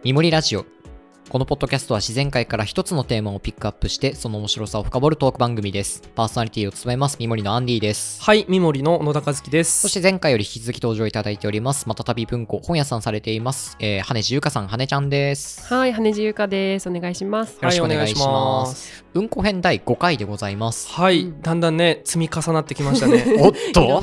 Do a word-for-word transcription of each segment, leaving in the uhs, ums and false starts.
みもりラジオ。このポッドキャストは自然界から一つのテーマをピックアップしてその面白さを深掘るトーク番組です。パーソナリティを務めますみもりのアンディです。 はい、みもりの野田和樹です。 そして前回より引き続き登場いただいておりますまたたび文庫本屋さんされています、えー、羽地優香さん、羽根ちゃんです。 はい、羽地優香です。お願いします。 よろしくお願いします。うんこ編だいごかいでございます。 はい、うん、だんだんね積み重なってきましたね。 おっと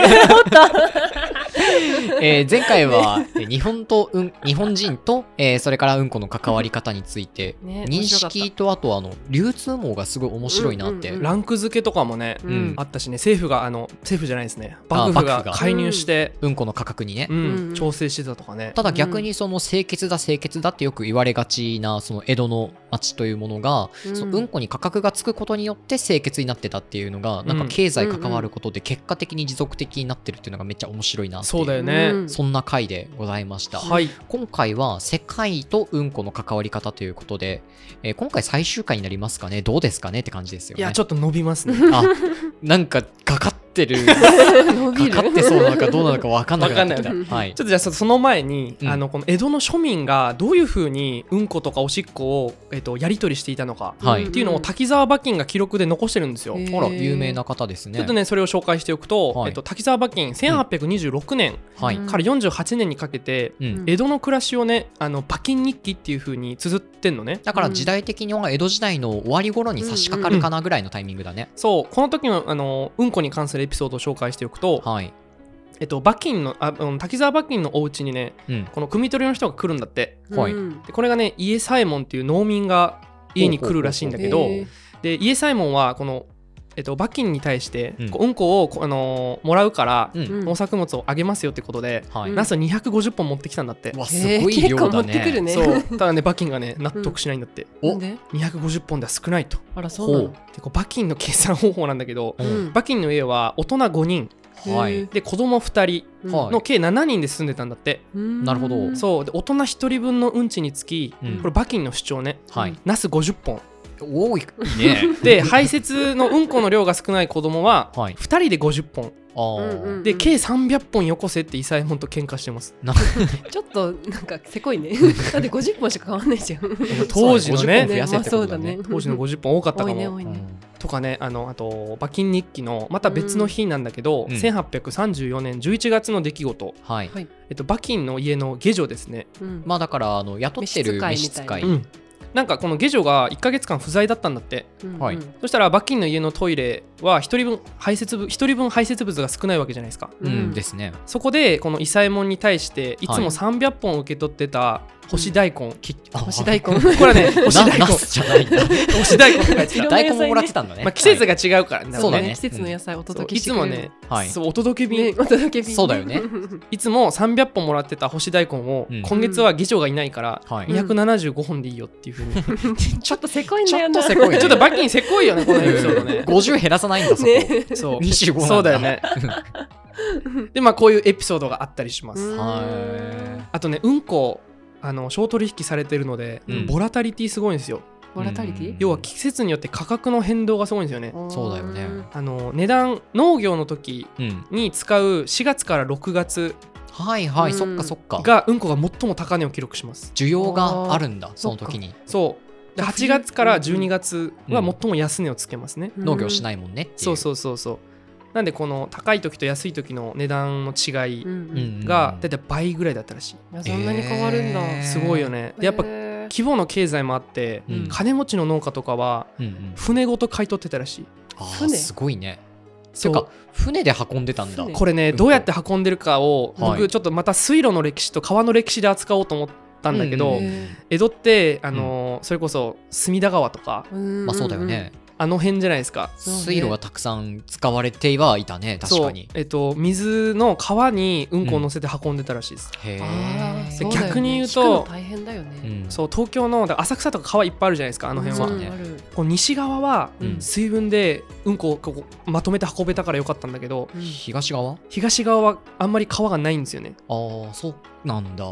えー、前回は日本と、うん、日本人と、えー、それからうんこの関わり方について、ね、認識とあとあの流通網がすごい面白いなって、うんうんうん、 ランク付けとかもね、うん、あったしね、政府があの政府じゃないですね、幕府が介入して、 うん、うんこの価格にね、 うんうん、調整してたとかね。 ただ逆にその清潔だ清潔だってよく言われがちなその江戸の町というものが、うん、そのうんこに価格がつくことによって清潔になってたっていうのが、うん、なんか経済関わることで結果的に持続的になってるっていうのがめっちゃ面白いなっていう。 そうだよね、うん、 そんな回でございました、 はい、 今回は世界とうんこの関わり方ということで、えー、今回最終回になりますかね。どうですかねって感じですよね。 いやちょっと伸びますね。 あ、なんかかかってるかかってそうなのかどうなのか分かんなくなってきた、はい、 ちょっとじゃあその前に、うん、あのこの江戸の庶民がどういう風にうんことかおしっこを、えっと、やり取りしていたのか、はい、っていうのを滝沢馬琴が記録で残してるんですよ。 あら、有名な方ですね。 ちょっとねそれを紹介しておくと、はい、えっと、滝沢馬琴せんはっぴゃくにじゅうろくねんからよんじゅうはちねんにかけて、うん、江戸の暮らしをね、あの馬琴日記っていう風に綴ってんのね。 だから時代的には江戸時代の終わり頃に差し掛かるかなぐらいのタイミングだね、うんうんうん、 そう、この時のあのうんこに関するエピソードを紹介しておくと、はい、えっと、馬琴のあ滝沢馬琴のお家にね、うん、この汲み取りの人が来るんだって、はい、でこれがね家左衛門っていう農民が家に来るらしいんだけど、で家左衛門はこのえっと、馬琴に対して、うん、こううんこを、あのー、もらうから、うん、農作物をあげますよってことで、うん、ナスにひゃくごじゅっぽん持ってきたんだって。 わ、すごい量だね。 結構持ってくるね。 そうただね馬琴がね納得しないんだって、 うん、おにひゃくごじゅっぽんでは少ないと。 あら、そうなの。 でこう馬琴の計算方法なんだけど、うん、馬琴の家は大人ごにん、はい、で子供ふたりの計しちにんで住んでたんだって、 はい、なるほど。 そうで大人ひとりぶんのうんちにつき、うん、これ馬琴の主張ね、はい、ナスごじゅっぽん多いね。 で排泄のうんこの量が少ない子供はふたりでごじゅっぽん、あで計さんびゃっぽんよこせって伊左衛門と喧嘩してます。 ちょっとなんかせこいね。だってごじゅっぽんしか変わんないじゃん。 当時のね、 ね、まあそうだね、 当時のごじゅっぽん多かったかも。 多いね多いね。 とかね、あのあと馬琴日記のまた別の日なんだけど、うん、せんはっぴゃくさんじゅうよねんじゅういちがつの出来事、はい、えっと、馬琴の家の下女ですね、 うん、まあだからあの雇ってる召使い、うん、 なんかこの下女がいっかげつかん不在だったんだって、うんうん、そしたら馬琴の家のトイレはひとりぶん排泄物ひとりぶん排泄物が少ないわけじゃないですか、 うん、ですね。 そこでこの伊左衛門に対していつもさんびゃっぽん受け取ってた干し大根、うん、 干し大根これはね干し大根ナスじゃないんだ。 干し大根って書いてた。 大根ももらってたんだね。 まあ、季節が違うからね、はい、 そうだね。季節の野菜お届けしてくれる、 いつもね、はい、そうお届け便、 ね、お届け便そうだよね。 いつもさんびゃっぽんもらってた干し大根を、うん、今月は下女がいないから、うん、にひゃくななじゅうごほんでいいよっていう風に、うん、 ちょっとせこいんだよな。 ちょっとせこい、ね、ちょっと馬琴せこいよねこのエピソードね。 ごじゅう減らさないんだそこ、ね、 そうにじゅうごなんだ。 そうだよね。でまあこういうエピソードがあったりします。 はい。 あとね、うんこあの小取引されてるので、うん、ボラタリティすごいんですよ。 ボラタリティ、 要は季節によって価格の変動がすごいんですよね。 そうだよね。 あの値段農業の時に使うしがつからろくがつ、 うん、はいはい、そっかそっかがうんこが最も高値を記録します。 需要があるんだその時に。 そうではちがつからじゅうにがつは最も安値をつけますね、 うん、農業しないもんねっていう。 そうそうそうそう。なんでこの高い時と安い時の値段の違いがだいたい倍ぐらいだったらしい。 いやそんなに変わるんだ、 えー、すごいよね。でやっぱ規模の経済もあって、うん、金持ちの農家とかは船ごと買い取ってたらしい、 うんうん、船すごいね。そうか船で運んでたんだ。 これね、どうやって運んでるかを僕ちょっとまた水路の歴史と川の歴史で扱おうと思ったんだけど、うんうん、江戸ってあのー、それこそ隅田川とか、 うん、まあそうだよね、 あの辺じゃないですか。 水路がたくさん使われてはいたね。確かに。 えっと、水の川にうんこを乗せて運んでたらしいです、うん、 へー。 で逆に言うと大変だよね、 うん、そう東京の浅草とか川いっぱいあるじゃないですか、あの辺は、うんね、こう西側は水分でうんこをこうまとめて運べたからよかったんだけど、 うん、東側東側はあんまり川がないんですよね。 ああそうなんだ。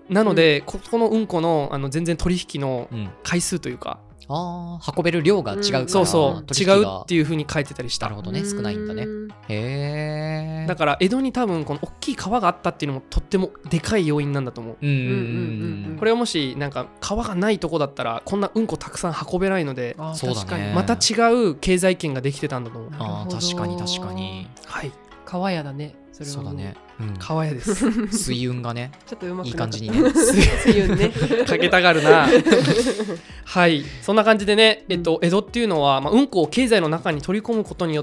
なので、うん、ここのうんこ の, あの全然取引の回数というか、 うん、あ運べる量が違うから、うん、 そうそう違うっていう風に書いてたりした。 なるほどね、少ないんだね。へえ。 だから江戸に多分この大きい川があったっていうのもとってもでかい要因なんだと思う。うんうんうんうん、これはもしなんか川がないとこだったらこんなうんこたくさん運べないので、 あそうだね、 また違う経済圏ができてたんだと思う。 あ確かに確かに。 はい。 川屋だね。それはそうだね、 うん、川屋です。 水運がねちょっとうまくいい感じにね水運ねかけたがるなはいそんな感じでね、えっと、江戸っていうのは、まあ、うんこを経済の中に取り込むことによって、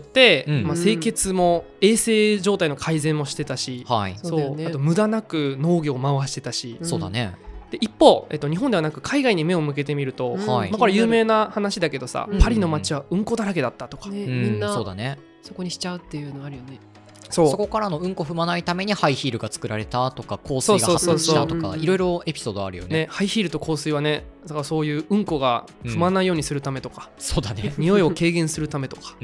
うんまあ、清潔も衛生状態の改善もしてたし、はい、そうそう、ね、あと無駄なく農業を回してたし、 うん、そうだね。 で一方、えっと、日本ではなく海外に目を向けてみると、うんまあ、これ有名な話だけどさ、うん、パリの街はうんこだらけだったとか、 ね、みんなそうだねそこにしちゃうっていうのあるよね。 そうそこからのうんこ踏まないためにハイヒールが作られたとか香水が発達したとかいろいろエピソードあるよ ね, ねハイヒールと香水はねだからそういううんこが踏まないようにするためとか、 うん、そうだね匂いを軽減するためとか、うん、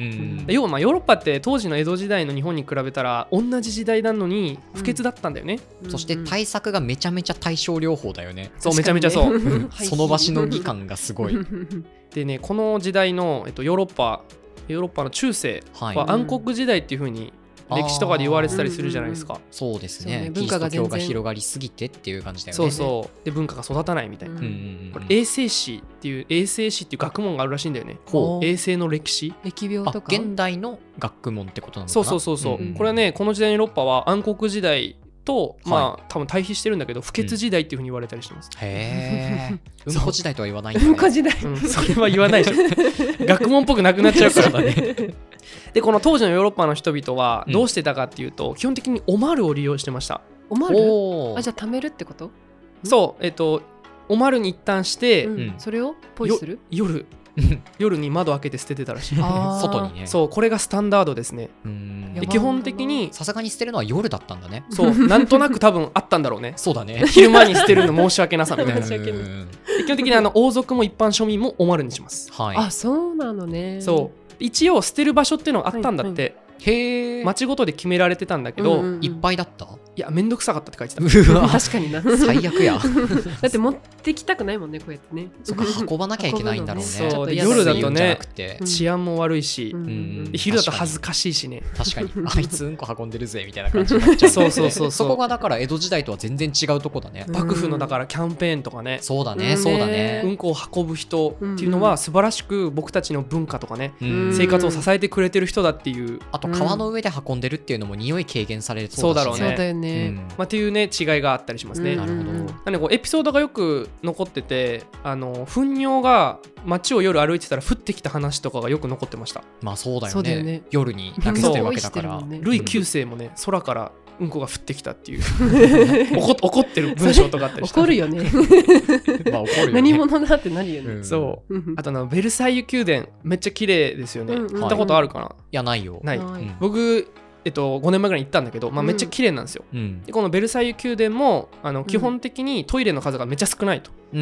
要はまあヨーロッパって当時の江戸時代の日本に比べたら同じ時代なのに不潔だったんだよね、 うん、そして対策がめちゃめちゃ対症療法だよね。 そうめちゃめちゃそうその場しのぎ感がすごいでねこの時代の、えっと、ヨーロッパヨーロッパの中世は暗黒時代っていう風に歴史とかで言われてたりするじゃないですか。 そうですね。文化が教が広がりすぎてっていう感じだよね。 そうそうで文化が育たないみたいな、うんうんうん、これ衛生史っていう衛生史っていう学問があるらしいんだよね。衛生の歴史疫病とか現代の学問ってことなのかな。 そうそうそうそう、うんうん、これはねこの時代のヨーロッパは暗黒時代と、まあ、はい、多分対比してるんだけど不潔時代っていうふうに言われたりしてます、 うん、へえうんこ時代とは言わないんだね。 うんこ時代、 うん、それは言わないでしょ学問っぽくなくなっちゃうからだねでこの当時のヨーロッパの人々はどうしてたかっていうと、うん、基本的におまるを利用してました。 おまるあじゃあ貯めるってこと？ そうえっとおまるに一旦して、 うん、それをポイする夜夜に窓開けて捨ててたらしい外にね。 そうこれがスタンダードですね。うんで基本的にさすがに捨てるのは夜だったんだね。 そうなんとなく多分あったんだろうねそうだね昼間に捨てるの申し訳なさみたいな申し訳ない基本的にあの王族も一般庶民もおまるにします、 はい、あそうなのね。 そう一応捨てる場所っていうのがあったんだって、はいはいへえ。 町ごとで決められてたんだけど、うんうんうん、 いっぱいだった？ いやめんどくさかったって書いてた確かにな最悪やだって持ってきたくないもんねこうやってね。 そっか運ばなきゃいけないんだろうね。 そうで夜だとね治安も悪いし、うんうん、昼だと恥ずかしいしね。 確かにあいつうんこ運んでるぜみたいな感じになっちゃうそうそうそうそうそこがだから江戸時代とは全然違うとこだね。 幕府のだからキャンペーンとかね。 そうだねそうだね。 うんこを運ぶ人っていうのは素晴らしく僕たちの文化とかね、うん、生活を支えてくれてる人だっていう。 あと川の上で運んでるっていうのも匂い軽減されるそうだしね。 そうだよね、 うんまあ、っていうね違いがあったりしますね。 なるほど。 なんでこうエピソードがよく残っててあの糞尿が街を夜歩いてたら降ってきた話とかがよく残ってました。 まあそうだよ ね, そうだよね夜に投げ捨てるわけだから、 ね、ルイきゅう世もね空からうんこが降ってきたっていう怒, 怒ってる文章とかあったりして怒るよねまあ怒るよね何者だってなるよね、うん、 そうあとのベルサイユ宮殿めっちゃ綺麗ですよね、うんうん、行ったことあるかな。いやないよない、うん、僕えっと、ごねんまえぐらいに行ったんだけど、まあ、めっちゃ綺麗なんですよ、うん、でこのベルサイユ宮殿もあの基本的にトイレの数がめっちゃ少ないと、うん、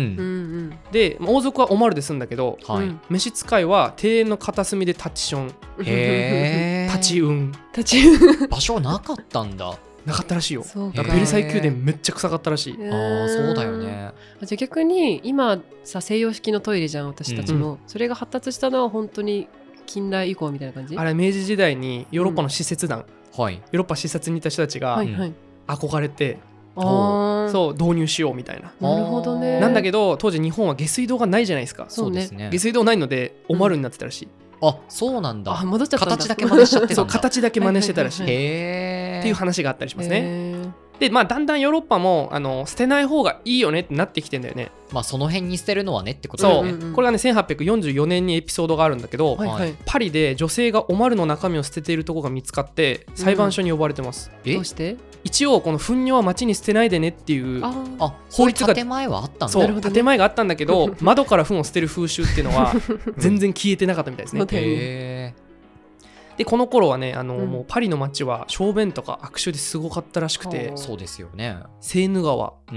で王族はおまるで済んだけど、はい、召使いは庭園の片隅でタチションへ立ち運立ち運場所なかったんだ。 なかったらしいよ。だからベルサイユ宮殿めっちゃ臭かったらしい。 ああそうだよね。 じゃあ逆に今さ西洋式のトイレじゃん私たちも、うん、それが発達したのは本当に近代以降みたいな感じ。 あれ明治時代にヨーロッパの使節団、うんはい、ヨーロッパ視察にいた人たちが憧れて、はいはい、そう導入しようみたいな。 なるほどね。 なんだけど当時日本は下水道がないじゃないですか。 そうですね。 下水道ないのでおまるになってたらしい、 うん、あそうなんだ。 あ戻っちゃったんだ。 形だけ真似しちゃってたんだ。 そう形だけ真似してたらしい、 はいはいはいはい、へっていう話があったりしますね。でまあだんだんヨーロッパもあの捨てない方がいいよねってなってきてんだよね。 まあその辺に捨てるのはねってことだよね。 そう、うんうん、これがねせんはっぴゃくよんじゅうよねんにエピソードがあるんだけど、はいはい、パリで女性がおまるの中身を捨てているところが見つかって裁判所に呼ばれてます、 うん、どうして？ 一応この糞尿は町に捨てないでねっていうあ法律が建前はあったんだ。 そう、ね、建前があったんだけど窓から糞を捨てる風習っていうのは全然消えてなかったみたいですね。 へー。 でこの頃はねあの、うん、もうパリの街は小便とか悪臭ですごかったらしくて。 そうですよね。 セーヌ川、うん、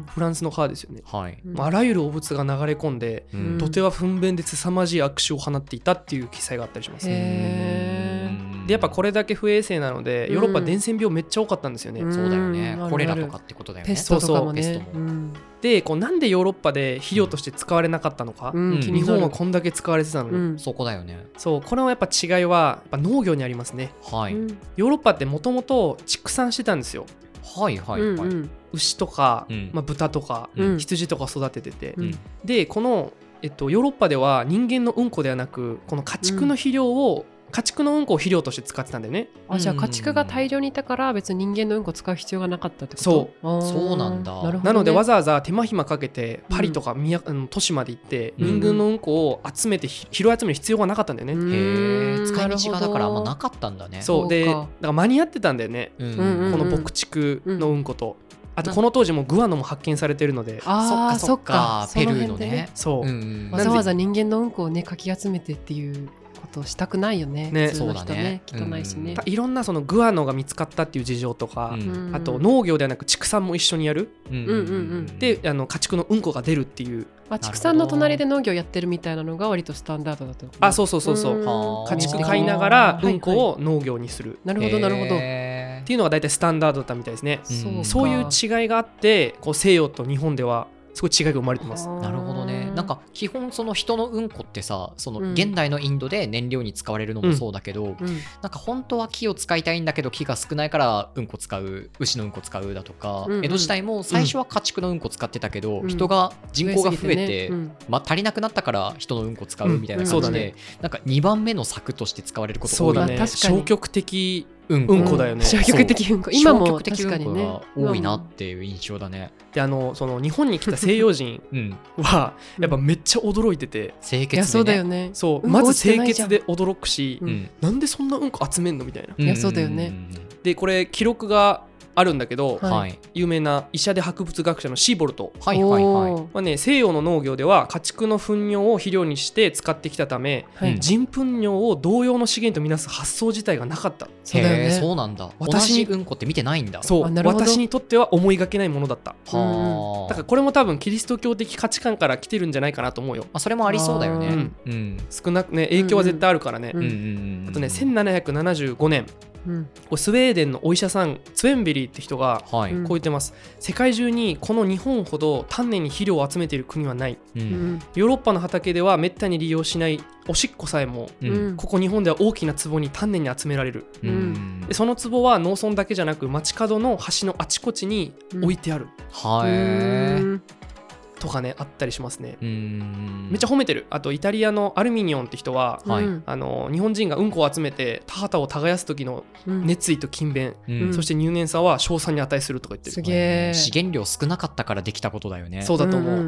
フランスの川ですよね、はい、あらゆる汚物が流れ込んで、うん、土手は糞便で凄まじい悪臭を放っていたっていう記載があったりします。 へー。 でやっぱこれだけ不衛生なのでヨーロッパ伝染病めっちゃ多かったんですよね、 うん、そうだよね、コレラとかってことだよね。 ペストとかもね。 そうそうペストも、うん、でこうなんでヨーロッパで肥料として使われなかったのか、うん、日本はこんだけ使われてたのに、うん、 そこだよね。 そうこのやっぱ違いはやっぱ農業にありますね。 はい、 ヨーロッパってもともと畜産してたんですよ。 はいはいはい、うんうん、 牛とか、うんまあ、豚とか、うん、羊とか育ててて、うん、でこの、えっと、ヨーロッパでは人間のうんこではなくこの家畜の肥料を、うん、家畜のうんこを肥料として使ってたんだよね。 あ、じゃあ家畜が大量にいたから別に人間のうんこ使う必要がなかったってこと。 そうそうなんだ。なるほどね。 なのでわざわざ手間暇かけてパリとか宮、うん、都市まで行って人間のうんこを集めて拾い集める必要がなかったんだよね。 へー、使い道がだからあんまなかったんだね。 そうでだから間に合ってたんだよね、うん、この牧畜のうんこと、うんあとこの当時もグアノも発見されてるので、 ああそっかペルーのね、 そう、うん、わざわざ人間のうんこをねかき集めてっていうことをしたくないよね。 ね、 普通の人ね、汚いしね、 うん、いろんなそのグアノが見つかったっていう事情とか、うん、あと農業ではなく畜産も一緒にやる、うんうんうん、であの家畜のうんこが出るっていう、 あ、畜産の隣で農業やってるみたいなのが割とスタンダードだと。 あ、そうそうそうそう、家畜飼いながらうんこを農業にする、 はいはい、なるほどなるほどっていうのが大体スタンダードだったみたいですね。そう、そういう違いがあってこう西洋と日本ではすごい違いが生まれてます。 なるほどね。なんか基本その人のうんこってさ、その現代のインドで燃料に使われるのもそうだけど、うん、なんか本当は木を使いたいんだけど木が少ないからうんこ使う、牛のうんこ使うだとか、うんうん、江戸時代も最初は家畜のうんこ使ってたけど、うん、人が人口が増えて、うんまあ、足りなくなったから人のうんこ使うみたいな感じで、うんうんね、なんかにばんめの策として使われることが多い。 そうだね、消極的うんこだよね。 消極的うんこ、今も確かにね多いなっていう印象だね。 であのその日本に来た西洋人はやっぱめっちゃ驚いてて、 清潔でね。 いやそうだよね。 そう、まず清潔で驚くし、うん、なんでそんなうんこ集めんのみたいな。 いやそうだよね。 でこれ記録があるんだけど、はい、有名な医者で博物学者のシーボルトは、はいはいはいね、西洋の農業では家畜の糞尿を肥料にして使ってきたため、はい、人糞尿を同様の資源とみなす発想自体がなかった。 そうだよね。そうなんだ。私にうんこって見てないんだ。 そう、私にとっては思いがけないものだった。はだからこれも多分キリスト教的価値観から来てるんじゃないかなと思うよ。 あ、それもありそうだよね、うんうん、少なくね影響は絶対あるからね。あとねせんななひゃくななじゅうごねんうん、スウェーデンのお医者さんツェンベリーって人がこう言ってます、はい、世界中にこの日本ほど丹念に肥料を集めている国はない、うん、ヨーロッパの畑ではめったに利用しないおしっこさえも、うん、ここ日本では大きな壺に丹念に集められる、うん、でその壺は農村だけじゃなく街角の橋のあちこちに置いてある、 うん、はーとかねあったりしますね。うーんめっちゃ褒めてる。あとイタリアのアルミニオンって人は、はい、あの日本人がうんこを集めて田畑を耕す時の熱意と勤勉、うん、そして入念さは称賛に値するとか言ってる。 すげー。 資源量少なかったからできたことだよね。 そうだと思う、うんうんうん、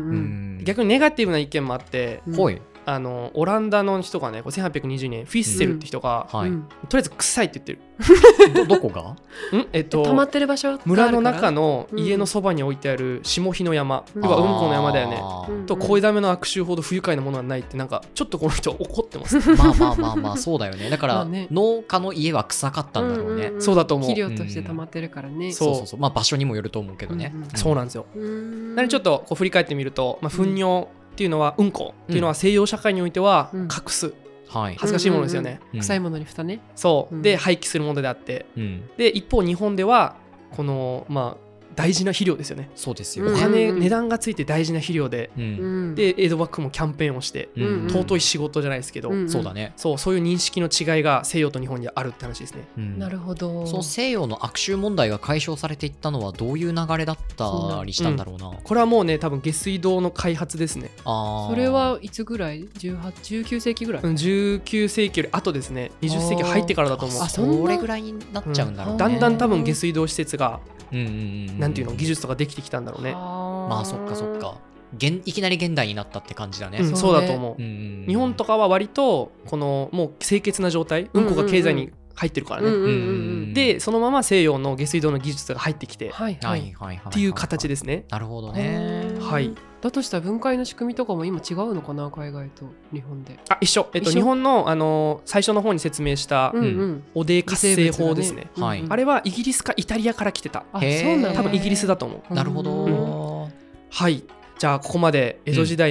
逆にネガティブな意見もあって、うん、あのオランダの人がねせんはっぴゃくにじゅうねんフィッセルって人が、うんはい、とりあえず臭いって言ってる。 ど, どこがん、えっと、 溜まってる場所村の中の家のそばに置いてある下日の山、うん、要はうんこの山だよね、うん、と声だめの悪臭ほど不愉快なものはないってなんかちょっとこの人怒ってますまあまあまあまあそうだよね。だから、ね、農家の家は臭かったんだろうね、うんうんうん、 そうだと思う。 肥料として溜まってるからね、 うん、そうそうそう、まあ場所にもよると思うけどね、 うんうん、そうなんですよ。なのでちょっとこう振り返ってみると、まあ、糞尿っていうのはうんこっていうのは西洋社会においては隠す、うんはい、恥ずかしいものですよね、 うんうんうん、臭いものに蓋ね。 そう、うん、で廃棄するものであって、うん、で一方日本ではこのまあ大事な肥料ですよね。 そうですよ。 お金、うん、値段がついて大事な肥料で、うん、で江戸幕府もキャンペーンをして、うん、尊い仕事じゃないですけど、うん、 そうだね。 そうそういう認識の違いが西洋と日本にはあるって話ですね、 うん、なるほど。 その西洋の悪臭問題が解消されていったのはどういう流れだったりしたんだろうな、 うん、これはもうね多分下水道の開発ですね。 あそれはいつぐらい じゅうはち、じゅうきゅうせいきぐらい、 うん、じゅうきゅうせいきより後ですね。にじゅっせいき入ってからだと思う。 あそれぐらいになっちゃうんだろうね、 うん、だんだん多分下水道施設がうんうんうん、なんていうの技術とかできてきたんだろうね。 まあそっかそっか現いきなり現代になったって感じだね、 うん、そうだと思う、うんうんうん、日本とかは割とこのもう清潔な状態、うんこが経済に入ってるからね、うんうんうん、でそのまま西洋の下水道の技術が入ってきて、はいはいはい、っていう形ですね。 なるほどね。 はい。 だとしたら分解の仕組みとかも今違うのかな、海外と日本で。 あ一緒、えっと、日本 の, あの最初の方に説明した、うんうん、汚泥活性法ですね、はい、あれはイギリスかイタリアから来てた。 あそうなんだ。 多分イギリスだと思う。 なるほど、うん、 はい。じゃあここまで江戸時代の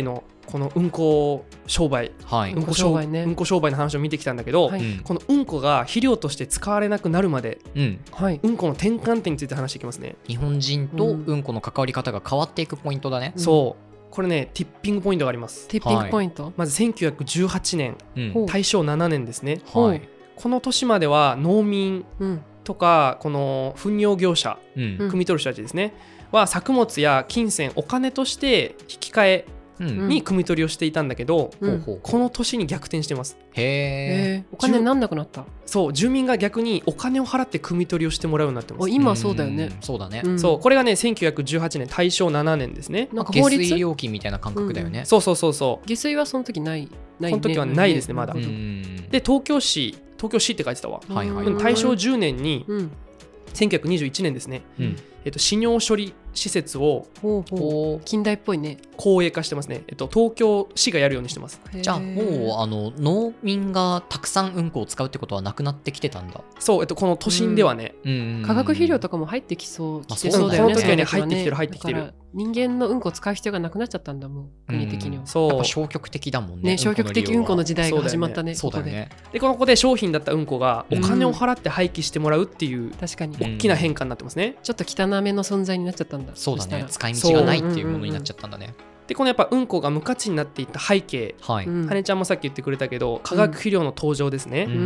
このうんこ商売、 はい、 うんこ商売ね、うんこ商売の話を見てきたんだけど、はい、このうんこが肥料として使われなくなるまで、うんはい、うんこの転換点について話していきますね。 日本人とうんこの関わり方が変わっていくポイントだね、 うん、そうこれねティッピングポイントがあります。 ティッピングポイント、はい、 まずせんきゅうひゃくじゅうはちねん、 うん、 大正ななねんですね、 はい、 この年までは農民とかこの糞尿業者、うん、汲み取る人たちですねは作物や金銭お金として引き換えに汲み取りをしていたんだけど、うん、この年に逆転してます。 へー、 お金になんなくなった。 そう、住民が逆にお金を払って汲み取りをしてもらうようになってます。 今そうだよね。 そうだね、 うん、そうこれがねせんきゅうひゃくじゅうはちねん大正ななねんですね。 なんか法律下水料金みたいな感覚だよね、 うん、そうそうそうそう。 下水はその時ないない、ね、 その時はないですねまだ、 うん、 で東京市東京市って書いてたわ、 はいはい、 大正じゅうねんに、うん、せんきゅうひゃくにじゅういちねんですね、うんえっと、死尿処理施設をほうほう近代っぽいね公営化してますね、えっと、東京市がやるようにしてます。 じゃあもうあの農民がたくさんうんこを使うってことはなくなってきてたんだ。 そう、えっと、この都心ではね、 うん、化学肥料とかも入ってきそう、きてそうだよね。 この時はね入ってきてる入ってきてる。 人間のうんこを使う必要がなくなっちゃったんだもん、国的には。 そう、 やっぱ消極的だもんね。 ね、消極的うんこの時代が始まったね。 そうだよね。 でこの子で商品だったうんこがお金を払って廃棄してもらうっていう、 確かに大きな変化になってますね。 ちょっと汚めの存在になっちゃったんだ。 そうだね、使い道がないっていうものになっちゃったんだね。 でこのやっぱうんこが無価値になっていった背景、はい、羽根ちゃんもさっき言ってくれたけど化学肥料の登場ですね、うん、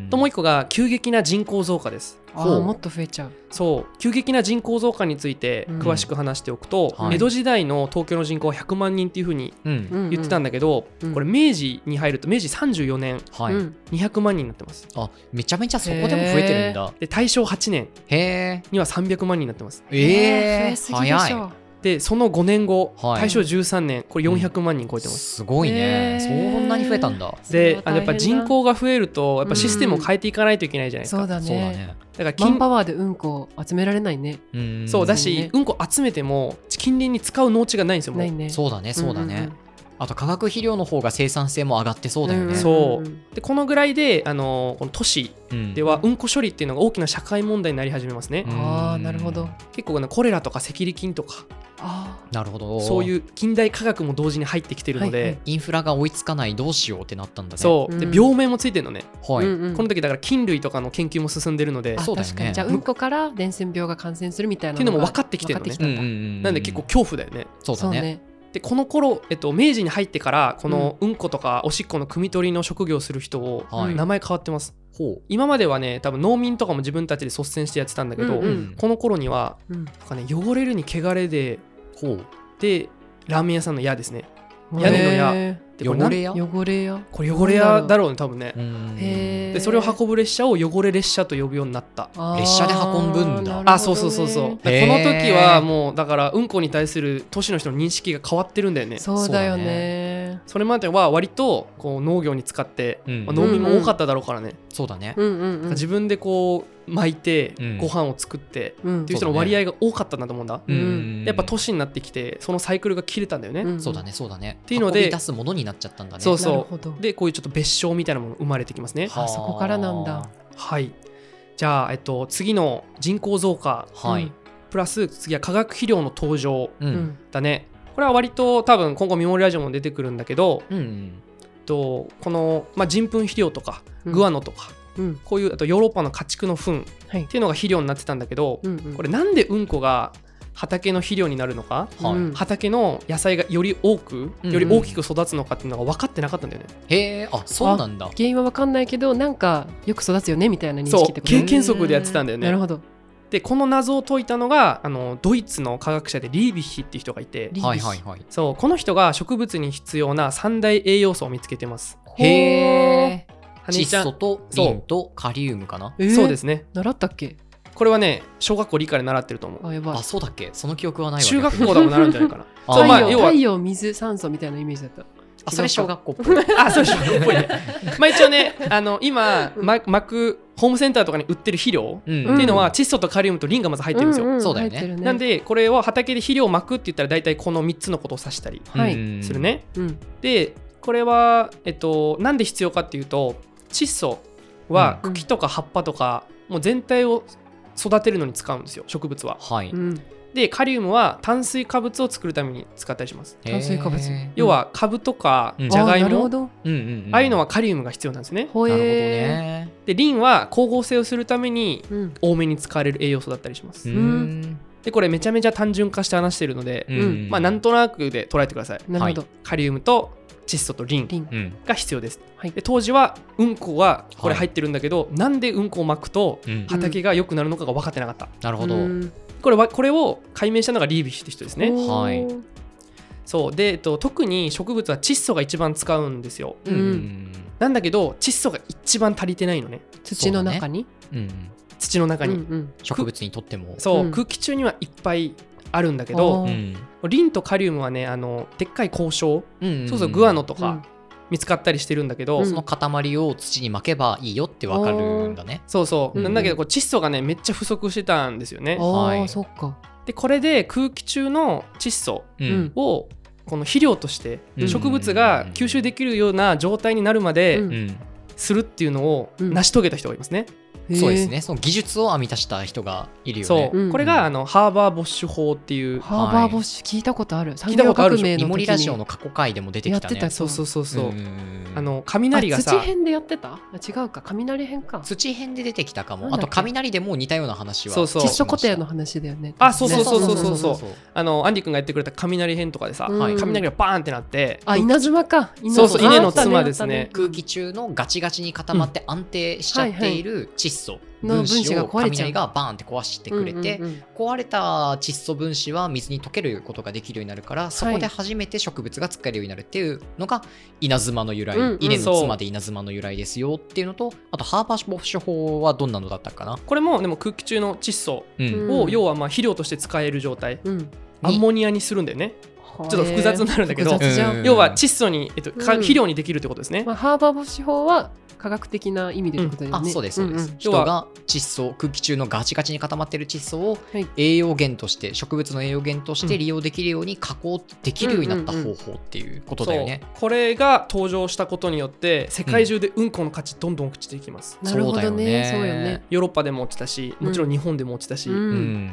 ともう一個が急激な人口増加です。 ああ、もっと増えちゃう。 そう急激な人口増加について詳しく話しておくと、うんはい、江戸時代の東京の人口はひゃくまんにんっていうふうに言ってたんだけど、うん、これ明治に入ると明治さんじゅうよねん、はい、にひゃくまんにんになってます。 あ、めちゃめちゃそこでも増えてるんだ。 で大正はちねんにはさんびゃくまんにんになってます。 えー、増えすぎでしょ。早い。 でそのごねんご、はい、大正じゅうさんねんこれよんひゃくまんにん超えてます、うん、 すごいね、そんなに増えたんだ。 であのやっぱ人口が増えるとやっぱシステムを変えていかないといけないじゃないですか、 うん、そうだね。 そうだね。 だからマンパワーでうんこを集められないね。 うん、そうだし、ね、うんこ集めても近隣に使う農地がないんですよもう。 ないね。 そうだねそうだね、うんうんうん、あと化学肥料の方が生産性も上がってそうだよね、うんうんうん、 そうでこのぐらいであのこの都市ではうんこ処理っていうのが大きな社会問題になり始めますね、 うん、ああなるほど。 結構コレラとか赤痢菌とか、 あなるほど、 そういう近代科学も同時に入ってきてるので、はいはい、 インフラが追いつかないどうしようってなったんだね。 そうで病名もついてるのね、 はい、 うんうん、この時だから菌類とかの研究も進んでるので、 そうだよね、確かにじゃあうんこから伝染病が感染するみたいなっていうのも分かってきてるのね、うんうんうん、なんで結構恐怖だよね。 そうだね。そうね。 でこの頃、えっと、明治に入ってからこのうんことかおしっこの汲み取りの職業をする人を、うん、名前変わってます、はい、今まではね多分農民とかも自分たちで率先してやってたんだけど、うんうん、この頃には、うん、なんかね、汚れるに汚れで、ほうでラーメン屋さんの屋ですね、屋根の屋で汚れ屋汚れ屋これ汚れ屋だろうね多分ね。 へでそれを運ぶ列車を汚れ列車と呼ぶようになった。 列車で運ぶんだ、ね、 あそうそうそうそう。この時はもうだからうんこに対する都市の人の認識が変わってるんだよね。 そうだよね。 それまでは割とこう農業に使って、うんまあ、農民も多かっただろうからね、うんうん、 そうだね、 うんうんうん、 自分でこう巻いてご飯を作って、うん、っていう人の割合が多かったんだと思うんだ、うん、やっぱ都市になってきてそのサイクルが切れたんだよね、うん、 そうだねそうだねっていうので運び出すものになっちゃったんだね。 そうそうでこういうちょっと別称みたいなもの生まれてきますね。 あそこからなんだ。 はい。じゃあ、えっと、次の人口増加、はい、プラス次は化学肥料の登場だね、うん、これは割と多分今後見守りラジオも出てくるんだけど、うんうん、とこの、まあ、人糞肥料とかグアノとか、うん、こういうあとヨーロッパの家畜の糞っていうのが肥料になってたんだけど、はい、これなんでうんこが畑の肥料になるのか、うん、畑の野菜がより多く、うん、より大きく育つのかっていうのが分かってなかったんだよね。 へえ、あ、そうなんだ。 原因は分かんないけどなんかよく育つよねみたいな認識ってこと。 そう経験則でやってたんだよね。 なるほど。 でこの謎を解いたのがあのドイツの科学者でリービッヒっていう人がいて、 はいはいはい、 そうこの人が植物に必要な三大栄養素を見つけてます。 へえ。窒素とリンとカリウムかな、 えー、そうですね。 習ったっけこれはね小学校理科で習ってると思う。 あ、やばい。 あ、そうだっけ。その記憶はないわ。 中学校でも習うんじゃないかなそう、まあ、要は太陽水酸素みたいなイメージだった。 あ、それ小学校っぽいあ、それ小学校っぽいねまあ一応ねあの今巻くホームセンターとかに売ってる肥料、うん、っていうのは窒素とカリウムとリンがまず入ってるんですよ、うんうん、 そうだよね。 なんでこれを畑で肥料を巻くって言ったら大体このみっつのことを指したりするね、うん、でこれは、えっと、なんで必要かっていうと窒素は茎とか葉っぱとか、もう全体を育てるのに使うんですよ植物は、はい、 でカリウムは炭水化物を作るために使ったりします。 炭水化物、 要はカブとかじゃがいも、ああいうのはカリウムが必要なんですね。 なるほどね。 でリンは光合成をするために多めに使われる栄養素だったりします。うんでこれめちゃめちゃ単純化して話しているので、うん、まあなんとなくで捉えてください。 なるほど。 カリウムと窒素とリンが必要です。はい、で当時はうんこはこれ入ってるんだけど、はい、なんでうんこをまくと畑が良くなるのかが分かってなかった。 なるほど。 これはこれを解明したのがリービッシュって人ですね。 はい。 そうで、えっと、特に植物は窒素が一番使うんですよ。うん、なんだけど窒素が一番足りてないのね。 土の中に。 うん、土の中に、うんうん、 植物にとってもそう、うん、空気中にはいっぱいあるんだけど、うん、リンとカリウムはねあのでっかい鉱床、うんうんうん、そうそうグアノとか見つかったりしてるんだけど、うん、 その塊を土に巻けばいいよって分かるんだね。 そうそう、うん、なんだけどこう窒素がねめっちゃ不足してたんですよね。 はい、そっか。でこれで空気中の窒素をこの肥料として植物が吸収できるような状態になるまでするっていうのを成し遂げた人がいますね。 そうですね。その技術を編み出した人がいるよね。 そう、うん、これがあのハーバーボッシュ法っていう。 ハーバーボッシュ聞いたことある。 聞いたことあるでしょ。 イモリラジオの過去回でも出てきたね。 やってた。 そうそうそうそう。あの雷がさ。 土編でやってた？違うか、雷編か。 土編で出てきたかも。あと雷でも似たような話は。 そうそう。 窒素固定の話だよね。 あ、そうそうそうそうそうそう。あのアンディ君がやってくれた雷編とかでさ、はい、雷がバーンってなって。 あ、稲妻か。 そうそう、稲の妻ですね。 空気中のガチガチに固まって安定しちゃっている窒素。分子を雷がバーンって壊してくれて、うんうんうん、壊れた窒素分子は水に溶けることができるようになるから、そこで初めて植物が使えるようになるっていうのが稲妻の由来、うんうん、稲の妻で稲妻の由来ですよっていうのと、あとハーバーボッシュ法はどんなのだったかな。 これもでも空気中の窒素を、うん、要はまあ肥料として使える状態、うん、アンモニアにするんだよね。ちょっと複雑になるんだけど、要は窒素に、えっと、肥料にできるってことですね。 うんまあ、ハーバーボッシュ法は科学的な意味でってことだよね。 うん、あ、そうですそうです、うんうん、人が窒素、空気中のガチガチに固まっている窒素を栄養源として、はい、植物の栄養源として利用できるように加工できるようになった方法っていうことだよね。 うんうんうん、これが登場したことによって世界中でうんこの価値どんどん落ちていきます。 うん、なるほどね。そうよね。 ヨーロッパでも落ちたし、もちろん日本でも落ちたし、うん、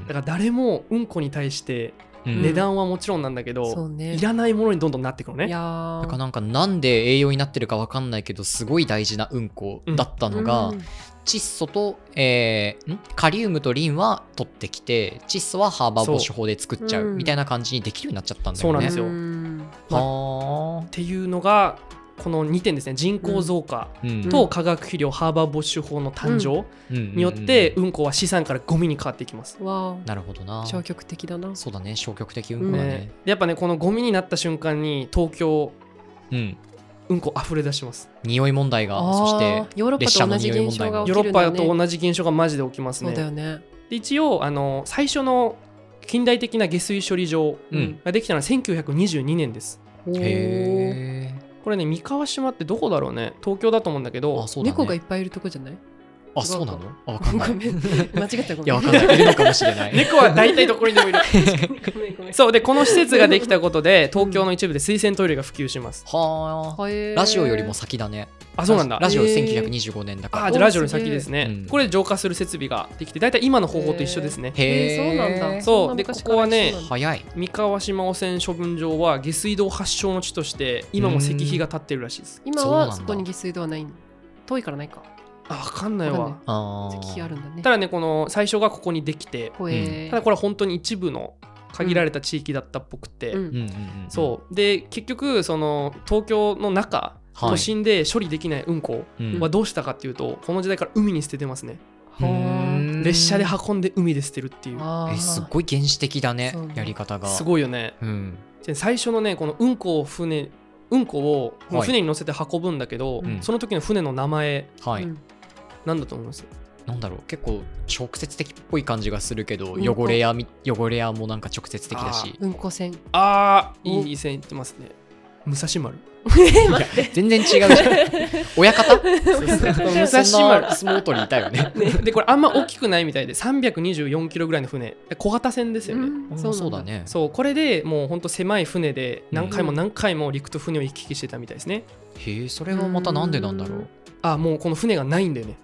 だから誰もうんこに対して値段はもちろんなんだけど、うんね、いらないものにどんどんなっていくのね。 いやだからなんかなんで栄養になってるか分かんないけどすごい大事なうんこだったのが、うん、窒素と、えー、んカリウムとリンは取ってきて、窒素はハーバーボッシュ法で作っちゃうみたいな感じにできるようになっちゃったんだよね。 そうなんですよ。うんまあ、っていうのがこのにてんですね。人口増加と化学肥料、うん、ハーバーボッシュ法の誕生によってうんこは資産からゴミに変わっていきます。 わなるほどな。 消極的だな。 そうだね、消極的うんこだね。ねやっぱねこのゴミになった瞬間に東京、うん、うんこ溢れ出します。 匂い問題が、そして列車の匂い問題が、 ヨーロッパと同じ現象がマジで起きますね。 そうだよね。 で一応あの最初の近代的な下水処理場ができたのはせんきゅうひゃくにじゅうにねんです。 うん、へー。 これね三河島ってどこだろうね。東京だと思うんだけど、 あ、そうだね、 猫がいっぱいいるとこじゃない？ あ、そうなの？あ、わかんない。 ごめん間違ったごめん。 いや、わかんない。いるのかもしれない。 猫は大体どこにでもいる。そうでこの施設ができたことで東京の一部で水洗トイレが普及します。 はあ。ラジオよりも先だね。 あ、そうなんだ。 ラジオせんきゅうひゃくにじゅうごねんだから。 あ、じゃあラジオより先ですね。うん、これで浄化する設備ができて、大体今の方法と一緒ですね。 へえ、そうなんだ。 そうでここはね、 早い。 三河島汚染処分場は下水道発祥の地として今も石碑が立ってるらしいです。 今はそこに下水道はないの？遠いからないか。 あ、分かんないわ。 石碑あるんだね。 ただね、この最初がここにできて、うん、ただこれは本当に一部の限られた地域だったっぽくて、うん、そうで結局その東京の中、はい、都心で処理できないうんこはどうしたかっていうと、うん、この時代から海に捨ててますね。列車で運んで海で捨てるっていう。 えすごい原始的だね、やり方が。 すごいよね、うん、最初のねこのうんこを船うんこを船に乗せて運ぶんだけど、はい、その時の船の名前、はい、なんだと思います？ なんだろう、結構直接的っぽい感じがするけど、うん、汚れや汚れやもなんか直接的だし。 うんこ船。 ああ、いい線いってますね。武蔵丸。 全然違うじゃん。親方？武蔵丸。 相撲取りいたよね。 でこれあんま大きくないみたいでさんびゃくにじゅうよんキロぐらいの船、小型船ですよね。 うん、そうそうだね。 そうこれでもうほんと狭い船で何回も何回も陸と船を行き来してたみたいですね。 へえ、それはまたなんでなんだろう。 あ、もうこの船がないんだよね。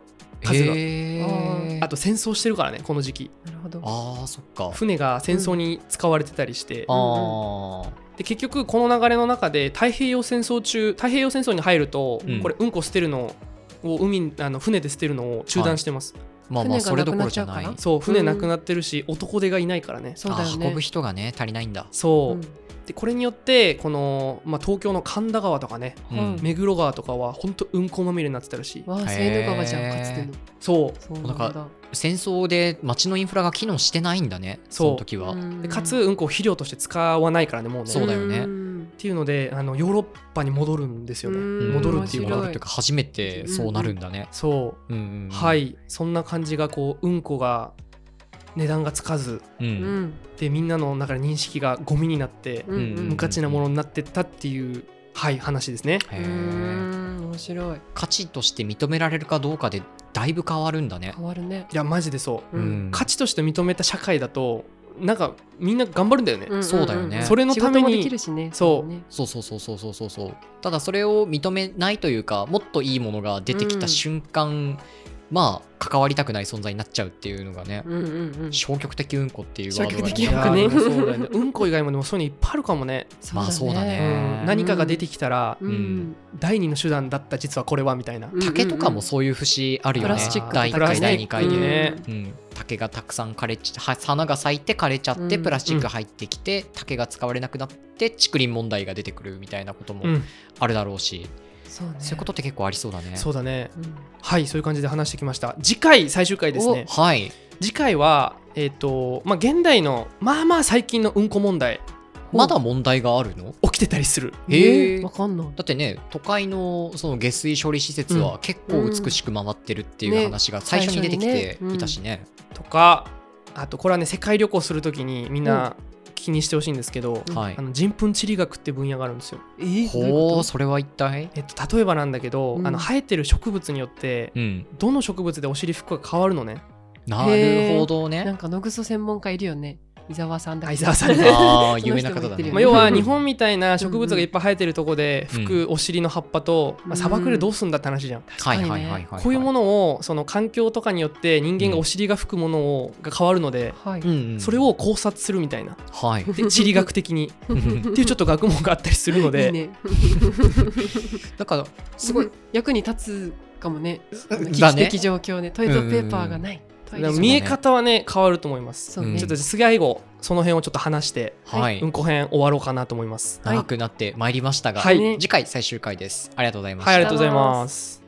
数が。 へあと戦争してるからねこの時期。 なるほど。 あーそっか。 船が戦争に使われてたりして、 うん、あで結局この流れの中で太平洋戦争中太平洋戦争に入ると、うん、これうんこ捨てるのを海あの船で捨てるのを中断してます、はい。 まあまあそれどころじゃない。 そう船なくなってるし、うん、男手がいないからね。 そうだよね。 運ぶ人がね足りないんだ。 そう、 うん、 でこれによってこの、まあ、東京の神田川とかね、うん、目黒川とかは本当うんこまみれになってたらしい。 わあセーヌ川じゃんかつての。 そうそうなんだ。戦争で街のインフラが機能してないんだね。その時は。 でかつうんこを肥料として使わないからねもうね。 そうだよね。 っていうのであのヨーロッパに戻るんですよね。戻るっていう戻るっていうか初めてそうなるんだね。 そう、うんうんうん、はいそんな感じがこううんこが値段がつかず、うん、でみんなの中で認識がゴミになって、うん、無価値なものになってったっていう、はい、話ですね。 へー面白い。 価値として認められるかどうかでだいぶ変わるんだね。 変わるね。 いやマジでそう、うん、価値として認めた社会だとなんかみんな頑張るんだよね、 うんうんうん、そうだよね。 それのために仕事もできるしね。 そうそうそうそうそうそうそう。ただそれを認めないというかもっといいものが出てきた瞬間、うん、まあ関わりたくない存在になっちゃうっていうのがね、うんうんうん、消極的うんこっていうワードが、ね、 消極的うんこね。 そうだよね。うんこ以外もでもそういうのいっぱいあるかもね。 まあそうだね、 うん、何かが出てきたら、 うん、 第二の手段だった実はこれはみたいな。 竹とかもそういう節あるよね。 プラスチックだいいかいだいにかいでね、 うん、竹がたくさん枯れちゃ花が咲いて枯れちゃって、うん、プラスチック入ってきて、うん、竹が使われなくなって竹林問題が出てくるみたいなこともあるだろうし、 うん、そうね、 そういうことって結構ありそうだね。 そうだね、うん、はいそういう感じで話してきました。次回最終回ですね。 はい、 次回はえっ、ー、とまあ現代のまあまあ最近のうんこ問題。 まだ問題があるの？ 起きてたりする。 へえ、 わかんない。 だってね都会のその下水処理施設は結構美しく回ってるっていう話が最初に出てきていたしね。 ねねうん、とかあとこれはね世界旅行するときにみんな気にしてほしいんですけど、うん、あの人糞地理学って分野があるんですよ。 えー、 ほうそれは一体、 えっと、例えばなんだけど、うん、あの生えてる植物によって、うん、どの植物でお尻拭くか変わるのね。 なるほどね。 なんか野ぐそ専門家いるよね。伊沢さんだ。 伊沢さんあ有名な方だね。 まあ、要は日本みたいな植物がいっぱい生えてるとこで拭くお尻の葉っぱと、うんまあ、砂漠でどうすんだって話じゃん。 はいはいはいはい。 こういうものをその環境とかによって人間がお尻が拭くものをが変わるので、うん、それを考察するみたいな、はい、で地理学的にっていうちょっと学問があったりするのでいい、ね、 だからすごい役に立つかもね。危機的状況ね。トイレットペーパーがない。 見え方はね変わると思います。ね、ちょっと最後その辺をちょっと話して、はい、うんこ編終わろうかなと思います。 長くなってまいりましたが、 はい、 次回最終回です。ありがとうございました。 はい、ありがとうございます。